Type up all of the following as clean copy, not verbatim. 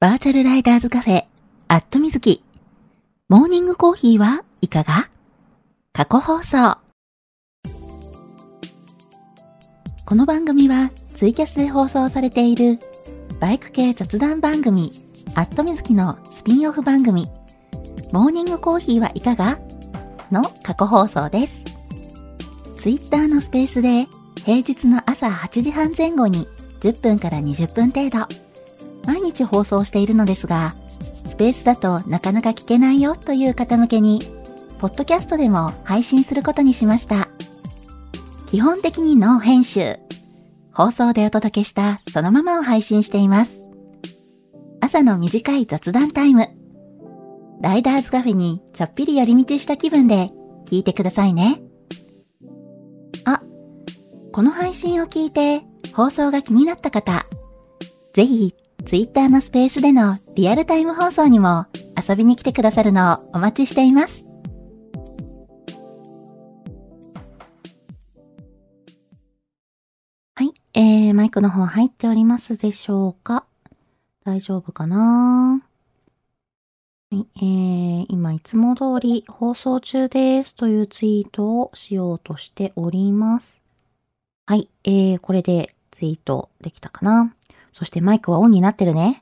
バーチャルライダーズカフェ、アットみずき。モーニングコーヒーはいかが？過去放送。この番組はツイキャスで放送されているバイク系雑談番組、アットみずきのスピンオフ番組、モーニングコーヒーはいかが？の過去放送です。ツイッターのスペースで平日の朝8時半前後に10分から20分程度、毎日放送しているのですが、スペースだとなかなか聞けないよという方向けに、ポッドキャストでも配信することにしました。基本的にノー編集。放送でお届けしたそのままを配信しています。朝の短い雑談タイム。ライダーズカフェにちょっぴり寄り道した気分で聞いてくださいね。あ、この配信を聞いて放送が気になった方、ぜひツイッターのスペースでのリアルタイム放送にも遊びに来てくださるのをお待ちしています。はい、マイクの方入っておりますでしょうか？大丈夫かな？はい、今いつも通り放送中ですというツイートをしようとしております。はい、これでツイートできたかな？そしてマイクはオンになってるね。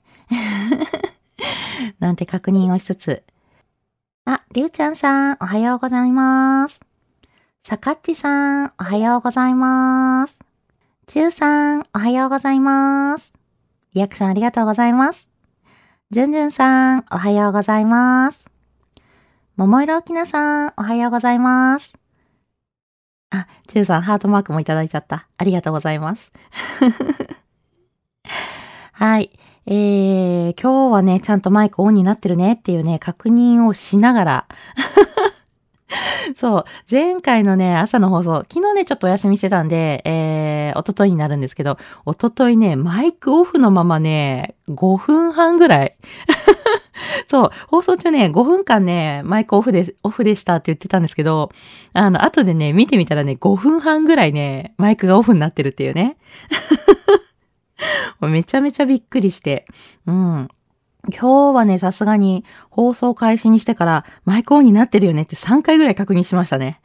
なんて確認をしつつ。あ、りゅうちゃんさん、おはようございます。さかっちさん、おはようございます。ちゅうさん、おはようございます。リアクションありがとうございます。じゅんじゅんさん、おはようございます。ももいろおきなさん、おはようございます。あ、ちゅうさん、ハートマークもいただいちゃった。ありがとうございます。はい。今日はね、ちゃんとマイクオンになってるねっていうね、確認をしながら。そう、前回のね、朝の放送、昨日ね、ちょっとお休みしてたんで、一昨日になるんですけど、一昨日ね、マイクオフのままね、5分半ぐらい。そう、放送中ね、5分間ね、マイクオフでしたって言ってたんですけど、後でね、見てみたらね、5分半ぐらいね、マイクがオフになってるっていうね。めちゃめちゃびっくりして。うん。今日はね、さすがに放送開始にしてからマイクオンになってるよねって3回ぐらい確認しましたね。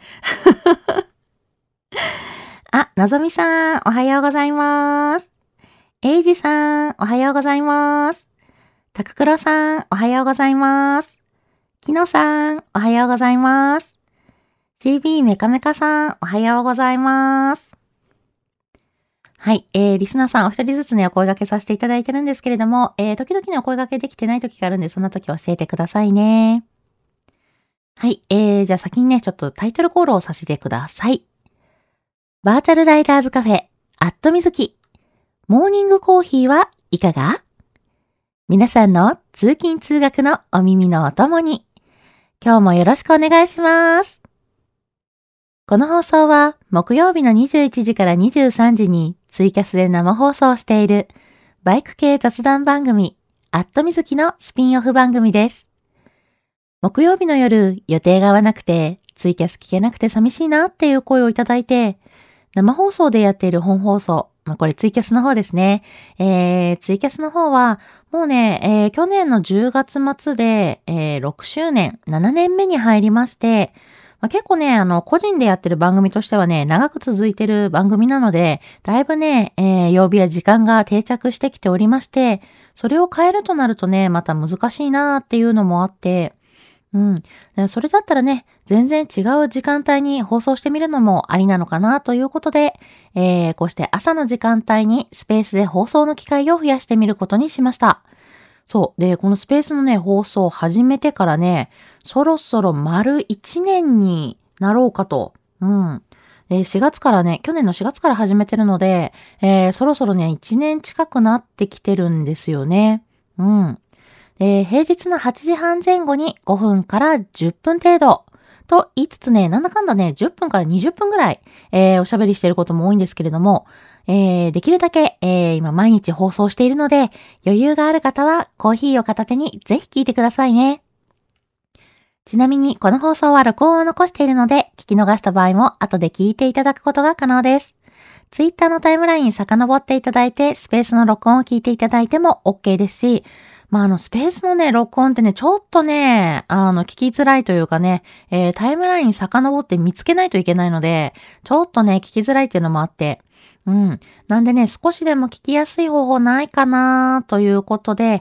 あ、のぞみさん、おはようございます。えいじさん、おはようございます。たくくろさん、おはようございます。きのさん、おはようございます。CB メカメカさん、おはようございます。はい、リスナーさんお一人ずつね、お声掛けさせていただいてるんですけれども、時々ね、お声掛けできてない時があるんで、そんな時教えてくださいね。はい、じゃあ先にね、ちょっとタイトルコールをさせてください。バーチャルライダーズカフェ、アットみずき。モーニングコーヒーはいかが？皆さんの通勤通学のお耳のお供に、今日もよろしくお願いします。この放送は木曜日の21時から23時にツイキャスで生放送しているバイク系雑談番組アットみずきのスピンオフ番組です。木曜日の夜予定が合わなくてツイキャス聞けなくて寂しいなっていう声をいただいて、生放送でやっている本放送、これツイキャスの方ですね。ツイキャスの方はもうね、去年の10月末で、6周年、7年目に入りまして、結構ね、個人でやってる番組としてはね、長く続いてる番組なので、だいぶね、曜日や時間が定着してきておりまして、それを変えるとなるとね、また難しいなっていうのもあって、うん。それだったらね、全然違う時間帯に放送してみるのもありなのかなということで、こうして朝の時間帯にスペースで放送の機会を増やしてみることにしました。そう。で、このスペースのね、放送を始めてからね、そろそろ丸1年になろうかと。うん。で、4月からね、去年の4月から始めてるので、そろそろね、1年近くなってきてるんですよね。うん。で、平日の8時半前後に5分から10分程度。と言いつつね、なんだかんだね、10分から20分ぐらい、おしゃべりしてることも多いんですけれども、できるだけ、今毎日放送しているので、余裕がある方はコーヒーを片手にぜひ聞いてくださいね。ちなみにこの放送は録音を残しているので、聞き逃した場合も後で聞いていただくことが可能です。ツイッターのタイムラインに遡っていただいて、スペースの録音を聞いていただいても OK ですし、 スペースのね、録音ってね、ちょっとね、聞きづらいというかね、タイムライン遡って見つけないといけないので、ちょっとね、聞きづらいっていうのもあって、なんでね、少しでも聞きやすい方法ないかなということで、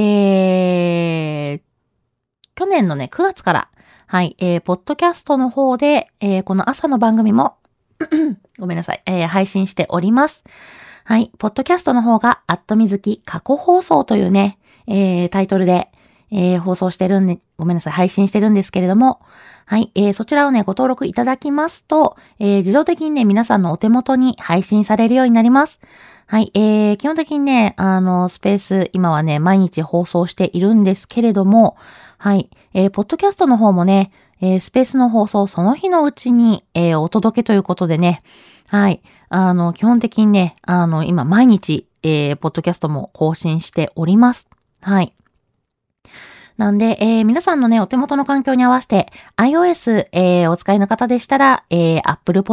去年のね、9月から、はい、ポッドキャストの方で、この朝の番組もごめんなさい、配信しております。はい、ポッドキャストの方が、みずき過去放送というね、タイトルで、放送してるんで、ごめんなさい、配信してるんですけれども、はい、そちらをね、ご登録いただきますと、自動的にね、皆さんのお手元に配信されるようになります。はい、基本的にね、スペース、今はね、毎日放送しているんですけれども、はい、ポッドキャストの方もね、スペースの放送、その日のうちに、お届けということでね、はい、基本的にね、今毎日、ポッドキャストも更新しております。はい。なんで、皆さんのね、お手元の環境に合わせて、iOS、お使いの方でしたら、Apple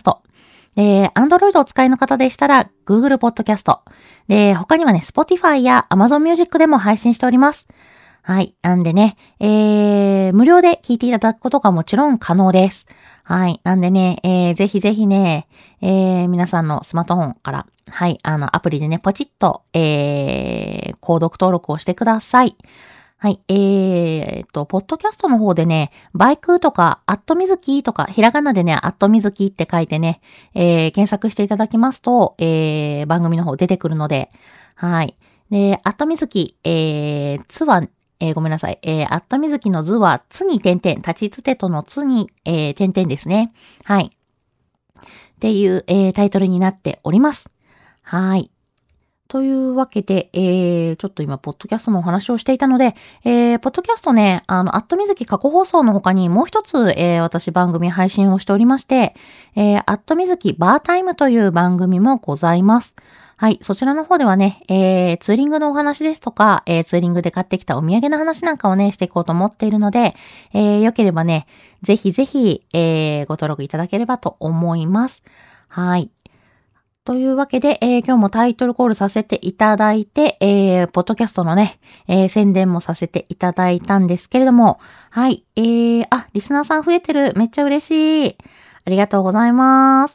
Podcast。Android お使いの方でしたら、Google Podcast。で、他にはね、Spotify や Amazon Music でも配信しております。はい。なんでね、無料で聞いていただくことがもちろん可能です。はい。なんでね、ぜひぜひね、皆さんのスマートフォンから、はい、アプリでね、ポチッと、購読登録をしてください。はい。ポッドキャストの方でね、バイクとか、みずきとか、ひらがなでね、みずきって書いてね、検索していただきますと、番組の方出てくるので、はい。で、みずき、つは、ごめんなさい。みずきの図は、つに点々、立ちつてとのつに、点々ですね。はい。っていう、タイトルになっております。はい。というわけで、ちょっと今、ポッドキャストのお話をしていたので、ポッドキャストね、みずき過去放送の他にもう一つ、私番組配信をしておりまして、みずきバータイムという番組もございます。はい、そちらの方ではね、ツーリングのお話ですとか、ツーリングで買ってきたお土産の話なんかをね、していこうと思っているので、よければね、ぜひぜひ、ご登録いただければと思います。はい。というわけで、今日もタイトルコールさせていただいて、ポッドキャストのね、宣伝もさせていただいたんですけれども、はい、リスナーさん増えてる。めっちゃ嬉しい。ありがとうございます。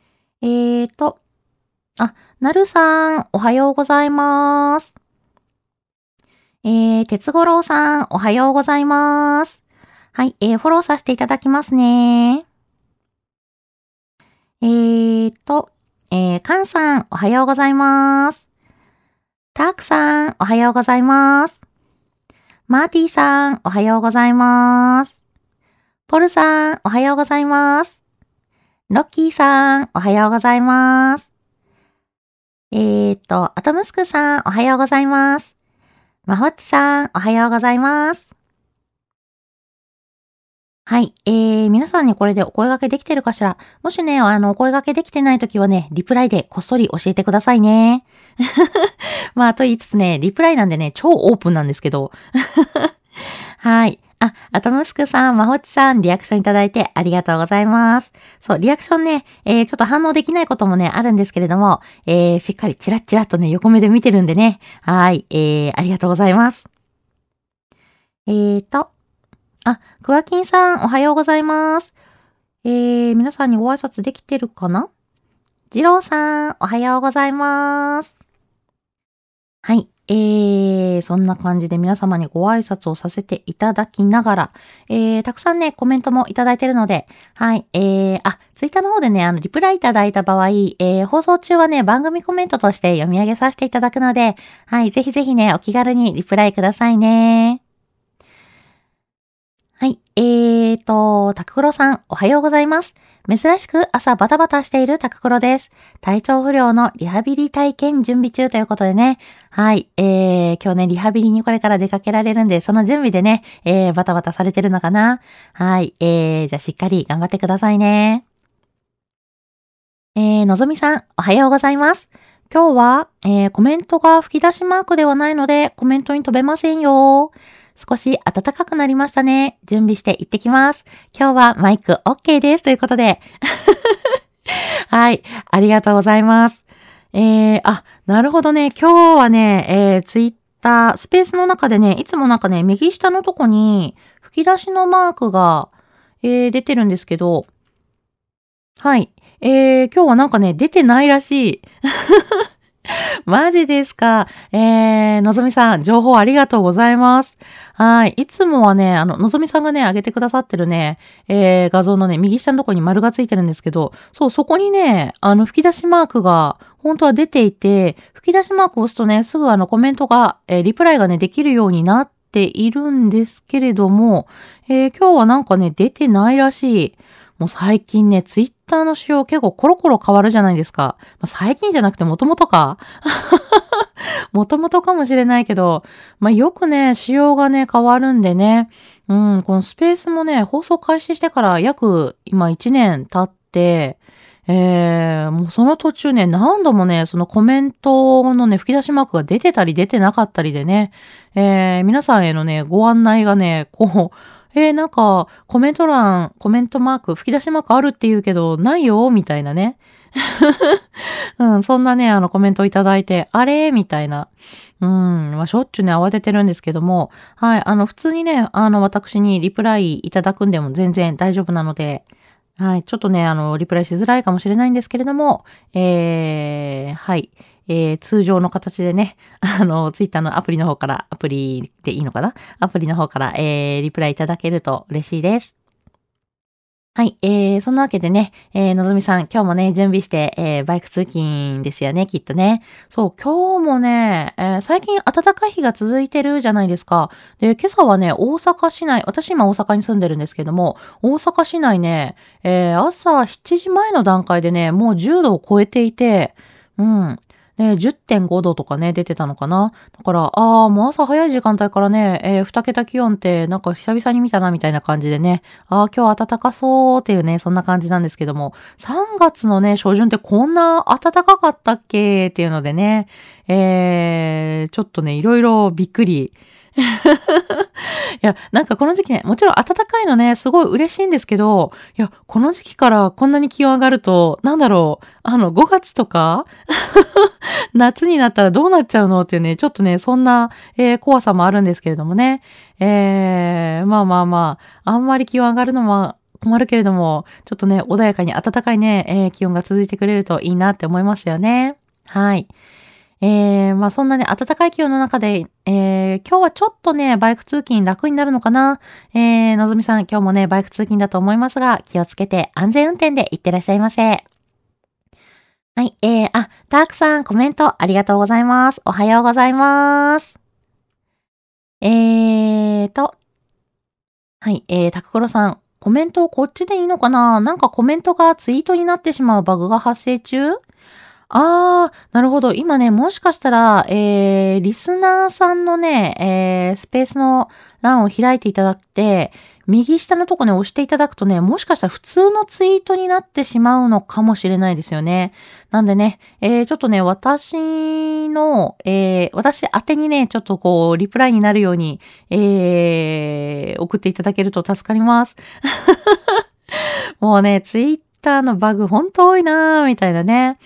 なるさん、おはようございます。鉄五郎さん、おはようございます。はい、フォローさせていただきますね。カンさん、おはようございます。タークさん、おはようございます。マーティさん、おはようございます。ポルさん、おはようございます。ロッキーさん、おはようございます。アトムスクさん、おはようございます。マホッチさん、おはようございます。はい。皆さんにこれでお声掛けできてるかしら？もしね、お声掛けできてないときはね、リプライでこっそり教えてくださいね。と言いつつね、リプライなんでね、超オープンなんですけど。はい。アトムスクさん、マホッチさん、リアクションいただいてありがとうございます。そう、リアクションね、ちょっと反応できないこともね、あるんですけれども、しっかりチラッチラッとね、横目で見てるんでね。はい。ありがとうございます。クワキンさん、おはようございます。皆さんにご挨拶できてるかな？ジローさん、おはようございます。はい。そんな感じで皆様にご挨拶をさせていただきながら、たくさんね、コメントもいただいているので、はい。ツイッターの方でね、リプライいただいた場合、放送中はね、番組コメントとして読み上げさせていただくので、はい。ぜひぜひね、お気軽にリプライくださいね。はい。タククロさん、おはようございます。珍しく朝バタバタしているタククロです。体調不良のリハビリ体験準備中ということでね。はい。今日ね、リハビリにこれから出かけられるんで、その準備でね、バタバタされてるのかな。はい。じゃあしっかり頑張ってくださいね。のぞみさん、おはようございます。今日は、コメントが吹き出しマークではないので、コメントに飛べませんよ。少し暖かくなりましたね。準備して行ってきます。今日はマイク OK です。ということで。はい。ありがとうございます。なるほどね。今日はね、ツイッたスペースの中でね、いつもなんかね、右下のとこに吹き出しのマークが、出てるんですけど、はい。今日はなんかね、出てないらしい。マジですか。のぞみさん、情報ありがとうございます。はい。いつもはね、のぞみさんがね、上げてくださってるね、画像のね、右下のところに丸がついてるんですけど、そう、そこにね、吹き出しマークが、本当は出ていて、吹き出しマークを押すとね、すぐコメントが、リプライがね、できるようになっているんですけれども、今日はなんかね、出てないらしい。もう最近ね、ツイッターの仕様結構コロコロ変わるじゃないですか。最近じゃなくてもともとかもともとかもしれないけど、よくね、仕様がね、変わるんでね。このスペースもね、放送開始してから約今1年経って、もうその途中ね、何度もね、そのコメントのね、吹き出しマークが出てたり出てなかったりでね、皆さんへのね、ご案内がね、なんか、コメント欄、コメントマーク、吹き出しマークあるって言うけど、ないよ、みたいなね。そんなね、コメントをいただいて、あれみたいな。しょっちゅうね、慌ててるんですけども、はい、普通にね、私にリプライいただくんでも全然大丈夫なので、はい、ちょっとね、リプライしづらいかもしれないんですけれども、はい。通常の形でね、ツイッターのアプリの方から、アプリでいいのかな、アプリの方から、リプライいただけると嬉しいです。はい。そんなわけでね、のぞみさん、今日もね、準備して、バイク通勤ですよね、きっとね。そう、今日もね、最近暖かい日が続いてるじゃないですか。で、今朝はね、大阪市内、私今大阪に住んでるんですけども、大阪市内ね、朝7時前の段階でね、もう10度を超えていて、ね、10.5度とかね、出てたのかな。だから、もう朝早い時間帯からね、2桁気温ってなんか久々に見たなみたいな感じでね、今日暖かそうっていうね、そんな感じなんですけども、3月のね、初旬ってこんな暖かかったっけっていうのでね、ちょっとね、いろいろびっくり。いや、なんかこの時期ね、もちろん暖かいのね、すごい嬉しいんですけど、いや、この時期からこんなに気温上がると、なんだろう、5月とか夏になったらどうなっちゃうのっていうね、ちょっとね、そんな、怖さもあるんですけれどもね。あんまり気温上がるのは困るけれども、ちょっとね、穏やかに暖かいね、気温が続いてくれるといいなって思いますよね。はい。そんなね、暖かい気温の中で、今日はちょっとね、バイク通勤楽になるのかな。のぞみさん、今日もね、バイク通勤だと思いますが、気をつけて安全運転で行ってらっしゃいませ。はい、タークさん、コメントありがとうございます。おはようございます。はい、タククロさん、コメントこっちでいいのかな。なんかコメントがツイートになってしまうバグが発生中。なるほど。今ね、もしかしたら、リスナーさんのね、スペースの欄を開いていただいて、右下のとこね、押していただくとね、もしかしたら普通のツイートになってしまうのかもしれないですよね。なんでね、ちょっとね、私宛てにね、ちょっとこう、リプライになるように、送っていただけると助かります。もうね、ツイッターのバグほんと多いなー、みたいなね。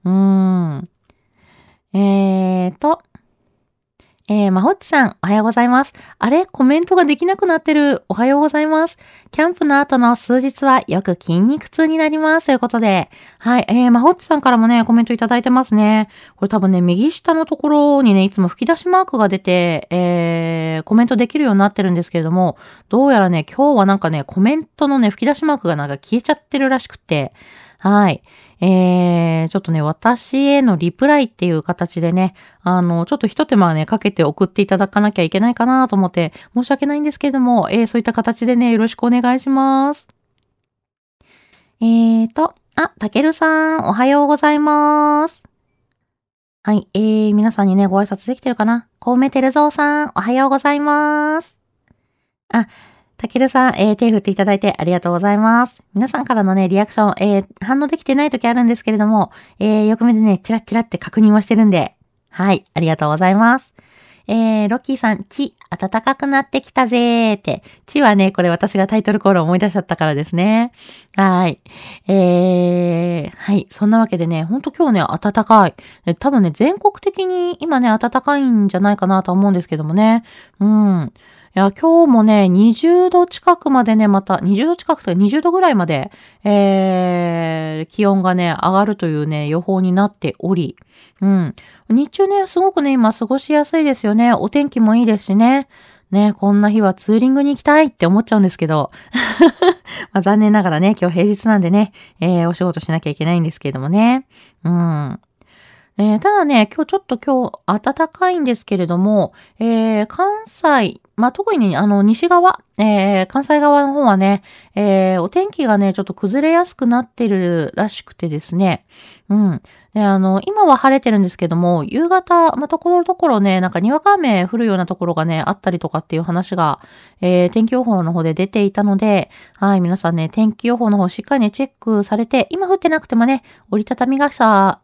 まほっちさん、おはようございます。あれコメントができなくなってる。おはようございます。キャンプの後の数日はよく筋肉痛になります。ということで。はい。まほっちさんからもね、コメントいただいてますね。これ多分ね、右下のところにね、いつも吹き出しマークが出て、コメントできるようになってるんですけれども、どうやらね、今日はなんかね、コメントのね、吹き出しマークがなんか消えちゃってるらしくて、はい。ちょっとね、私へのリプライっていう形でね、ちょっと一手間ね、かけて送っていただかなきゃいけないかなと思って、申し訳ないんですけれども、そういった形でね、よろしくお願いします。たけるさん、おはようございます。はい、皆さんにね、ご挨拶できてるかな。コウメテルゾウさん、おはようございます。たけるさん、手振っていただいてありがとうございます。皆さんからのね、リアクション、反応できてない時あるんですけれども、よく目でね、チラッチラって確認はしてるんで、はい、ありがとうございます。 ロッキーさん、暖かくなってきたぜーって。はね、これ私がタイトルコールを思い出しちゃったからですね。はい。はい。そんなわけでね、ほんと今日ね、暖かい。多分ね、全国的に今ね、暖かいんじゃないかなと思うんですけどもね。うん。いや、今日もね、20度近くまでね、また、20度近くとか20度ぐらいまで、気温がね、上がるというね、予報になっており、うん。日中ね、すごくね、今過ごしやすいですよね。お天気もいいですしね。ね、こんな日はツーリングに行きたいって思っちゃうんですけど。まあ、残念ながらね、今日平日なんでね、お仕事しなきゃいけないんですけれどもね。うん。ただね、今日暖かいんですけれども、関西、まあ、特に西側、関西側の方はね、お天気がね、ちょっと崩れやすくなってるらしくてですね。うん。で、今は晴れてるんですけども、夕方、まあ、ところどころね、なんかにわか雨降るようなところがね、あったりとかっていう話が、天気予報の方で出ていたので、はい、皆さんね、天気予報の方しっかりね、チェックされて、今降ってなくてもね、折りたたみ傘、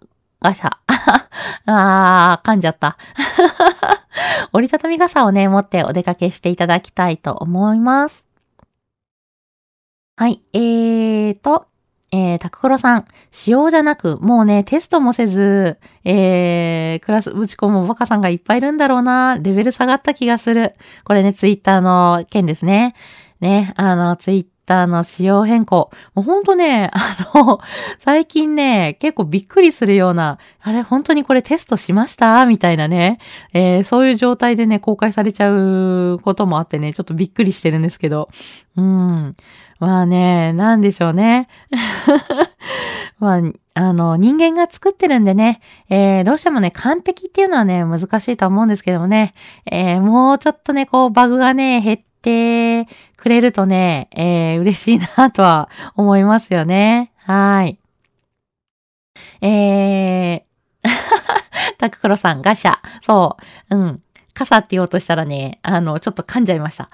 噛んじゃった。折りたたみ傘をね、持ってお出かけしていただきたいと思います。はい、タククロさん、使用じゃなく、もうね、テストもせず、クラスぶち込むバカさんがいっぱいいるんだろうな。レベル下がった気がする。これね、ツイッターの件ですね。ね、ツイッターの仕様変更。もうほんとね、最近ね、結構びっくりするような、あれ、本当にこれテストしましたみたいなね、そういう状態でね、公開されちゃうこともあってね、ちょっとびっくりしてるんですけど。まあね、なんでしょうね。まあ、人間が作ってるんでね、どうしてもね、完璧っていうのはね、難しいと思うんですけどもね、もうちょっとね、こう、バグがね、減ってくれるとね、嬉しいなとは思いますよね。はい。タククロさん、ガシャ。そう。傘って言おうとしたらね、ちょっと噛んじゃいました。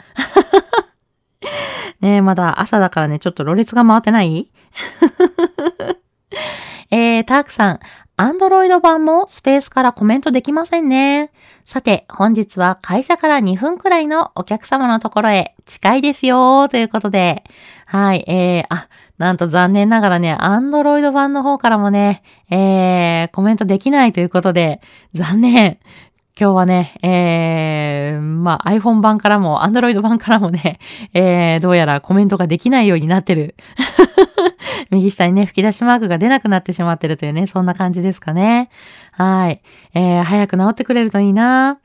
ねまだ朝だからね、ちょっとろれつが回ってないタークさん、アンドロイド版もスペースからコメントできませんね。さて、本日は会社から2分くらいのお客様のところへ近いですよということで、はい、なんと残念ながらね、アンドロイド版の方からもね、コメントできないということで、残念。今日はね、まあ、iPhone 版からも、Android 版からもね、どうやらコメントができないようになってる。右下にね、吹き出しマークが出なくなってしまってるというね、そんな感じですかね。はい。早く治ってくれるといいな。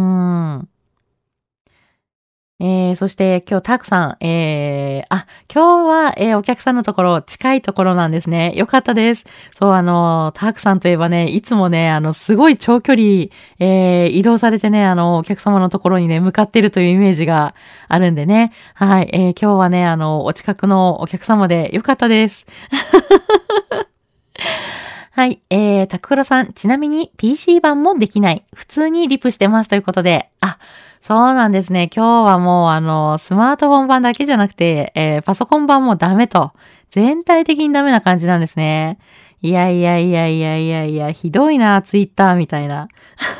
そして今日たくさん、今日は、お客さんのところ、近いところなんですね。よかったです。そう、たくさんといえばね、いつもね、すごい長距離、移動されてね、お客様のところにね、向かっているというイメージがあるんでね。はい、今日はね、お近くのお客様でよかったです。はい、タククロさん、ちなみに PC 版もできない。普通にリプしてますということで、そうなんですね。今日はもうスマートフォン版だけじゃなくて、パソコン版もダメと。全体的にダメな感じなんですね。いやいやいやいやいやいや、ひどいな、ツイッターみたいな。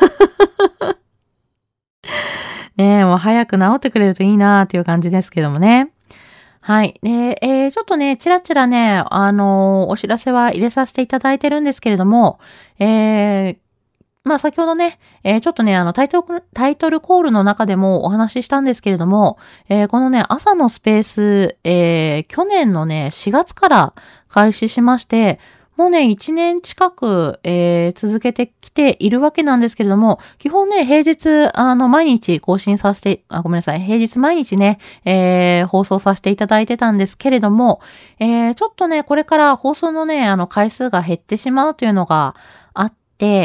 ねえ、もう早く治ってくれるといいなっていう感じですけどもね。はい。で、ちょっとね、ちらちらね、お知らせは入れさせていただいてるんですけれども、まあ先ほどね、ちょっとね、タイトルコールの中でもお話ししたんですけれども、このね、朝のスペース、去年のね、4月から開始しまして、もうね、1年近く、続けてきているわけなんですけれども、基本ね、平日、毎日更新させて、ごめんなさい、平日毎日ね、放送させていただいてたんですけれども、ちょっとね、これから放送のね、回数が減ってしまうというのがあって、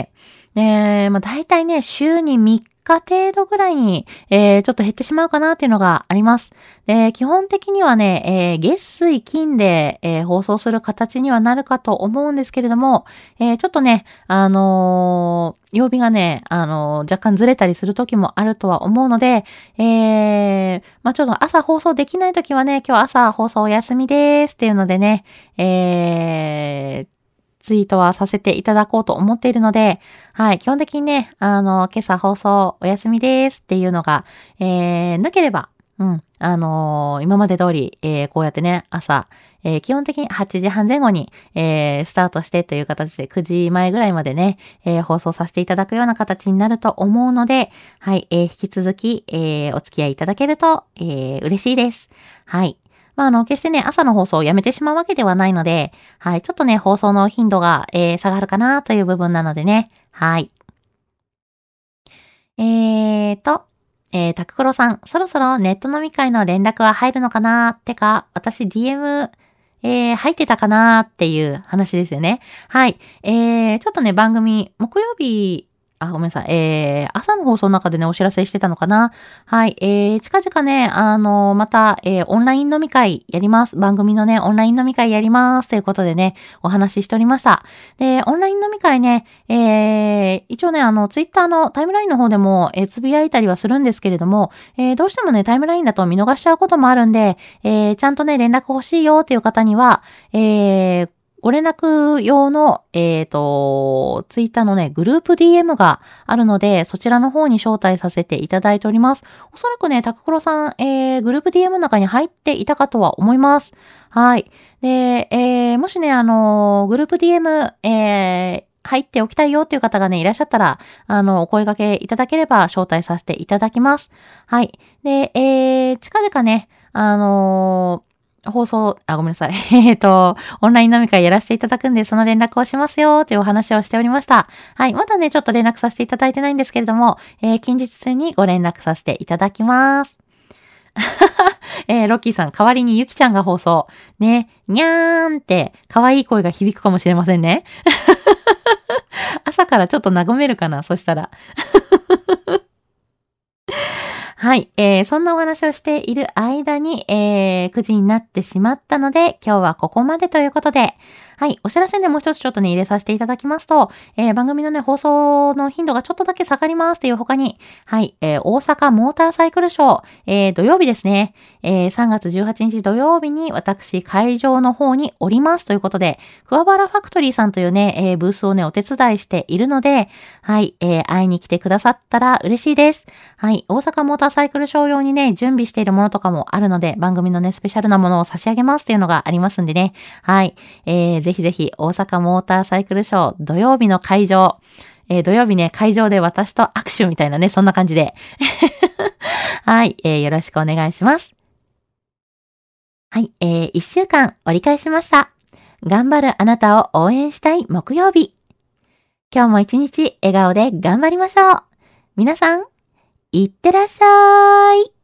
まあ、大体ね、週に3日程度ぐらいに、ちょっと減ってしまうかなっていうのがあります。で、基本的にはね、月水金で、放送する形にはなるかと思うんですけれども、ちょっとね、曜日がね、若干ずれたりする時もあるとは思うので、まあ、ちょっと朝放送できない時はね、今日朝放送お休みですっていうのでね、 ツイートはさせていただこうと思っているので、はい、基本的にね、今朝放送お休みですっていうのが、なければ、今まで通り、こうやってね、朝、基本的に8時半前後に、スタートしてという形で9時前ぐらいまでね、放送させていただくような形になると思うので、はい、引き続き、お付き合いいただけると、嬉しいです。はい。決してね、朝の放送をやめてしまうわけではないので、はい、ちょっとね、放送の頻度が、下がるかなという部分なのでね、はい。タククロさん、そろそろネット飲み会の連絡は入るのかな？てか、私 DM、入ってたかなっていう話ですよね。はい。ちょっとね、番組、木曜日、ごめんなさい。朝の放送の中でね、お知らせしてたのかな。はい。近々ね、また、オンライン飲み会やります。番組のね、オンライン飲み会やります。ということでね、お話ししておりました。で、オンライン飲み会ね、一応ね、ツイッターのタイムラインの方でも、つぶやいたりはするんですけれども、どうしてもね、タイムラインだと見逃しちゃうこともあるんで、ちゃんとね、連絡欲しいよっていう方には、ご連絡用の、ツイッターのね、グループ DM があるので、そちらの方に招待させていただいております。おそらくね、タククロさん、グループ DM の中に入っていたかとは思います。はい。で、もしね、グループ DM、入っておきたいよっていう方がね、いらっしゃったら、お声掛けいただければ招待させていただきます。はい。で、近々ね、放送、ごめんなさい。オンライン飲み会やらせていただくんで、その連絡をしますよ、というお話をしておりました。はい。まだね、ちょっと連絡させていただいてないんですけれども、近日中にご連絡させていただきます。ロッキーさん、代わりにゆきちゃんが放送。ね、にゃーんって、可愛い声が響くかもしれませんね。朝からちょっと和めるかな、そしたら。はい、そんなお話をしている間に、9時になってしまったので、今日はここまでということで、はい、お知らせでもう一つちょっとね、入れさせていただきますと、番組のね、放送の頻度がちょっとだけ下がりますという他に、はい、大阪モーターサイクルショー、土曜日ですね、3月18日土曜日に私会場の方におりますということで、桑原ファクトリーさんというね、ブースをね、お手伝いしているので、はい、会いに来てくださったら嬉しいです。はい、大阪モーターサイクルショー用にね、準備しているものとかもあるので、番組のね、スペシャルなものを差し上げますっていうのがありますんでね、はい、ぜひぜひ大阪モーターサイクルショー土曜日の会場、土曜日ね、会場で私と握手みたいなね、そんな感じで。はい、よろしくお願いします。はい、1週間折り返しました。頑張るあなたを応援したい木曜日。今日も一日笑顔で頑張りましょう。皆さん、いってらっしゃい。